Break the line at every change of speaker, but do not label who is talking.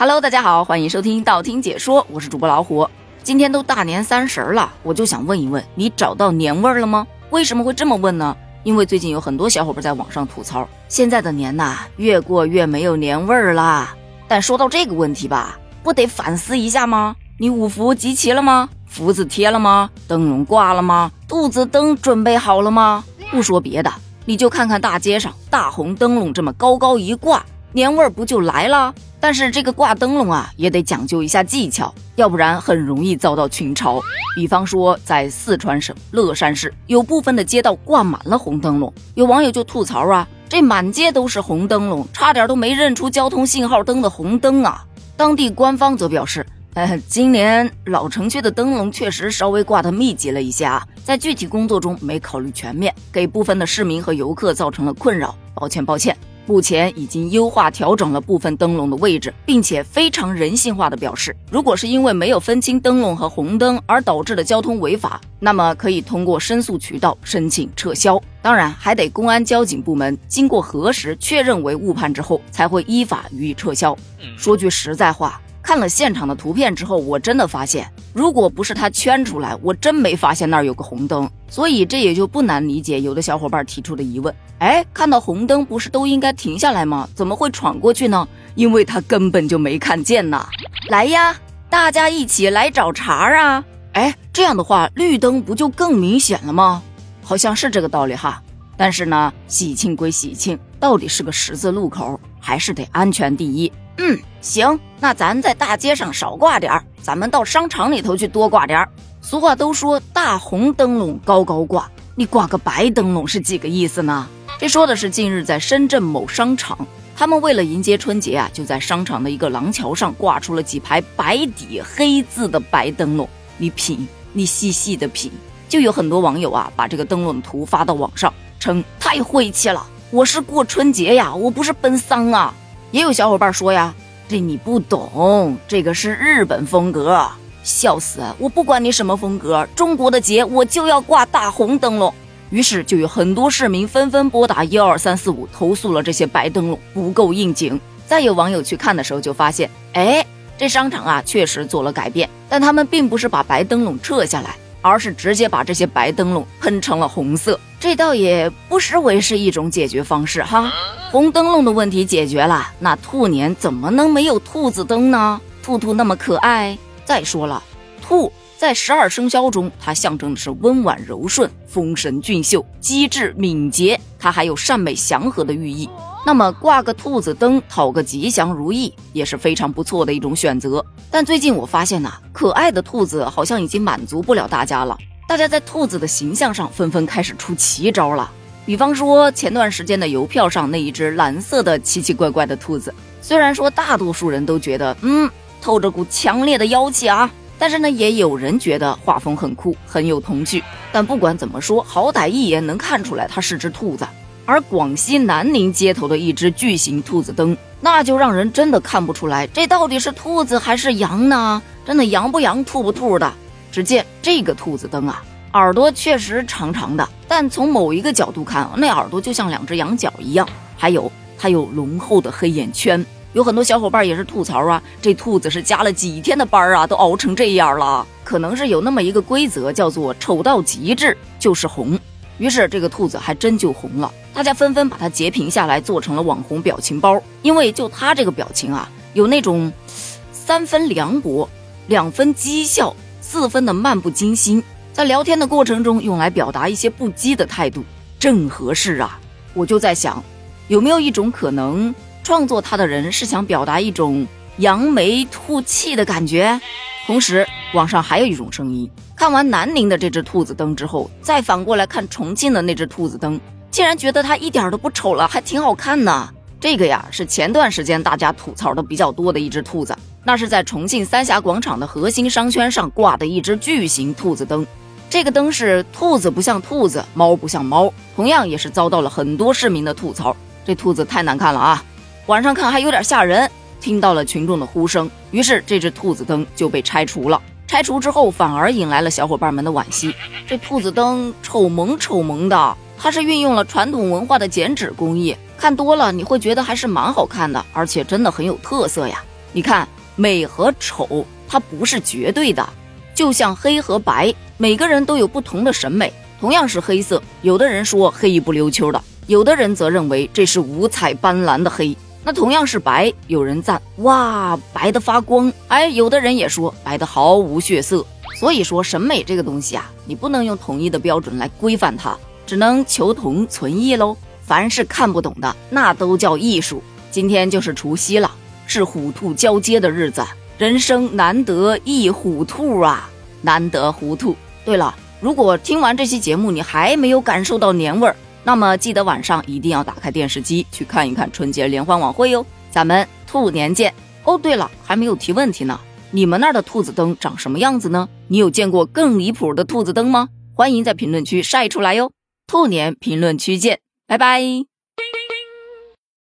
Hello， 大家好，欢迎收听道听解说，我是主播老虎。今天都大年30了，我就想问一问，你找到年味了吗？为什么会这么问呢？因为最近有很多小伙伴在网上吐槽，现在的年呐，越过越没有年味儿啦。但说到这个问题吧，不得反思一下吗？你五福集齐了吗？福字贴了吗？灯笼挂了吗？兔子灯准备好了吗？不说别的，你就看看大街上大红灯笼这么高高一挂，年味儿不就来了？但是这个挂灯笼啊，也得讲究一下技巧，要不然很容易遭到群嘲。比方说在四川省乐山市，有部分的街道挂满了红灯笼，有网友就吐槽啊，这满街都是红灯笼，差点都没认出交通信号灯的红灯啊。当地官方则表示，今年老城区的灯笼确实稍微挂得密集了一些啊，在具体工作中没考虑全面，给部分的市民和游客造成了困扰，抱歉。目前已经优化调整了部分灯笼的位置，并且非常人性化的表示，如果是因为没有分清灯笼和红灯而导致的交通违法，那么可以通过申诉渠道申请撤销。当然还得公安交警部门经过核实确认为误判之后，才会依法予以撤销。说句实在话，看了现场的图片之后，我真的发现，如果不是他圈出来，我真没发现那儿有个红灯。所以这也就不难理解有的小伙伴提出的疑问，看到红灯不是都应该停下来吗？怎么会闯过去呢？因为他根本就没看见呐。来呀，大家一起来找茬啊！这样的话绿灯不就更明显了吗？好像是这个道理哈。但是呢，喜庆归喜庆，到底是个十字路口，还是得安全第一。行，那咱在大街上少挂点，咱们到商场里头去多挂点。俗话都说大红灯笼高高挂，你挂个白灯笼是几个意思呢？这说的是近日在深圳某商场，他们为了迎接春节啊，就在商场的一个廊桥上挂出了几排白底黑字的白灯笼。你品，你细细的品，就有很多网友啊把这个灯笼图发到网上，称太晦气了，我是过春节呀，我不是奔丧啊。也有小伙伴说呀，这你不懂，这个是日本风格。笑死，我不管你什么风格，中国的节我就要挂大红灯笼。于是就有很多市民纷纷拨打12345投诉了这些白灯笼不够应景。再有网友去看的时候就发现，这商场啊确实做了改变，但他们并不是把白灯笼撤下来，而是直接把这些白灯笼喷成了红色。这倒也不失为是一种解决方式哈。红灯笼的问题解决了，那兔年怎么能没有兔子灯呢？兔兔那么可爱。再说了，兔在12生肖中，它象征的是温婉柔顺、丰神俊秀、机智敏捷，它还有善美祥和的寓意。那么挂个兔子灯讨个吉祥如意也是非常不错的一种选择。但最近我发现可爱的兔子好像已经满足不了大家了，大家在兔子的形象上纷纷开始出奇招了。比方说前段时间的邮票上那一只蓝色的奇奇怪怪的兔子，虽然说大多数人都觉得透着股强烈的妖气啊，但是呢也有人觉得画风很酷，很有童趣。但不管怎么说，好歹一眼能看出来它是只兔子。而广西南宁街头的一只巨型兔子灯，那就让人真的看不出来这到底是兔子还是羊呢？真的羊不羊兔不兔的。只见这个兔子灯啊，耳朵确实长长的，但从某一个角度看，那耳朵就像两只羊角一样。还有它有浓厚的黑眼圈，有很多小伙伴也是吐槽啊，这兔子是加了几天的班啊，都熬成这样了。可能是有那么一个规则，叫做丑到极致就是红。于是这个兔子还真就红了，大家纷纷把它截屏下来做成了网红表情包。因为就它这个表情啊，有那种3分凉薄、2分讥笑、4分的漫不经心，在聊天的过程中用来表达一些不羁的态度，正合适啊。我就在想，有没有一种可能，创作它的人是想表达一种扬眉吐气的感觉？同时网上还有一种声音，看完南宁的这只兔子灯之后，再反过来看重庆的那只兔子灯，竟然觉得它一点都不丑了，还挺好看呢。这个呀是前段时间大家吐槽的比较多的一只兔子，那是在重庆三峡广场的核心商圈上挂的一只巨型兔子灯。这个灯是兔子不像兔子，猫不像猫，同样也是遭到了很多市民的吐槽，这兔子太难看了啊，晚上看还有点吓人。听到了群众的呼声，于是这只兔子灯就被拆除了。拆除之后反而引来了小伙伴们的惋惜，这兔子灯丑萌的，它是运用了传统文化的剪纸工艺，看多了你会觉得还是蛮好看的，而且真的很有特色呀。 你看，美和丑它不是绝对的，就像黑和白，每个人都有不同的审美。同样是黑色，有的人说黑不溜秋的，有的人则认为这是五彩斑斓的黑。那同样是白，有人赞哇白的发光，有的人也说白的毫无血色。所以说审美这个东西啊，你不能用统一的标准来规范它，只能求同存异喽。凡是看不懂的，那都叫艺术。今天就是除夕了，是虎兔交接的日子，人生难得一虎兔啊，难得糊涂。对了，如果听完这期节目你还没有感受到年味儿，那么记得晚上一定要打开电视机去看一看春节联欢晚会哟。咱们兔年见。哦，对了，还没有提问题呢，你们那儿的兔子灯长什么样子呢？你有见过更离谱的兔子灯吗？欢迎在评论区晒出来哟。兔年评论区见，拜拜。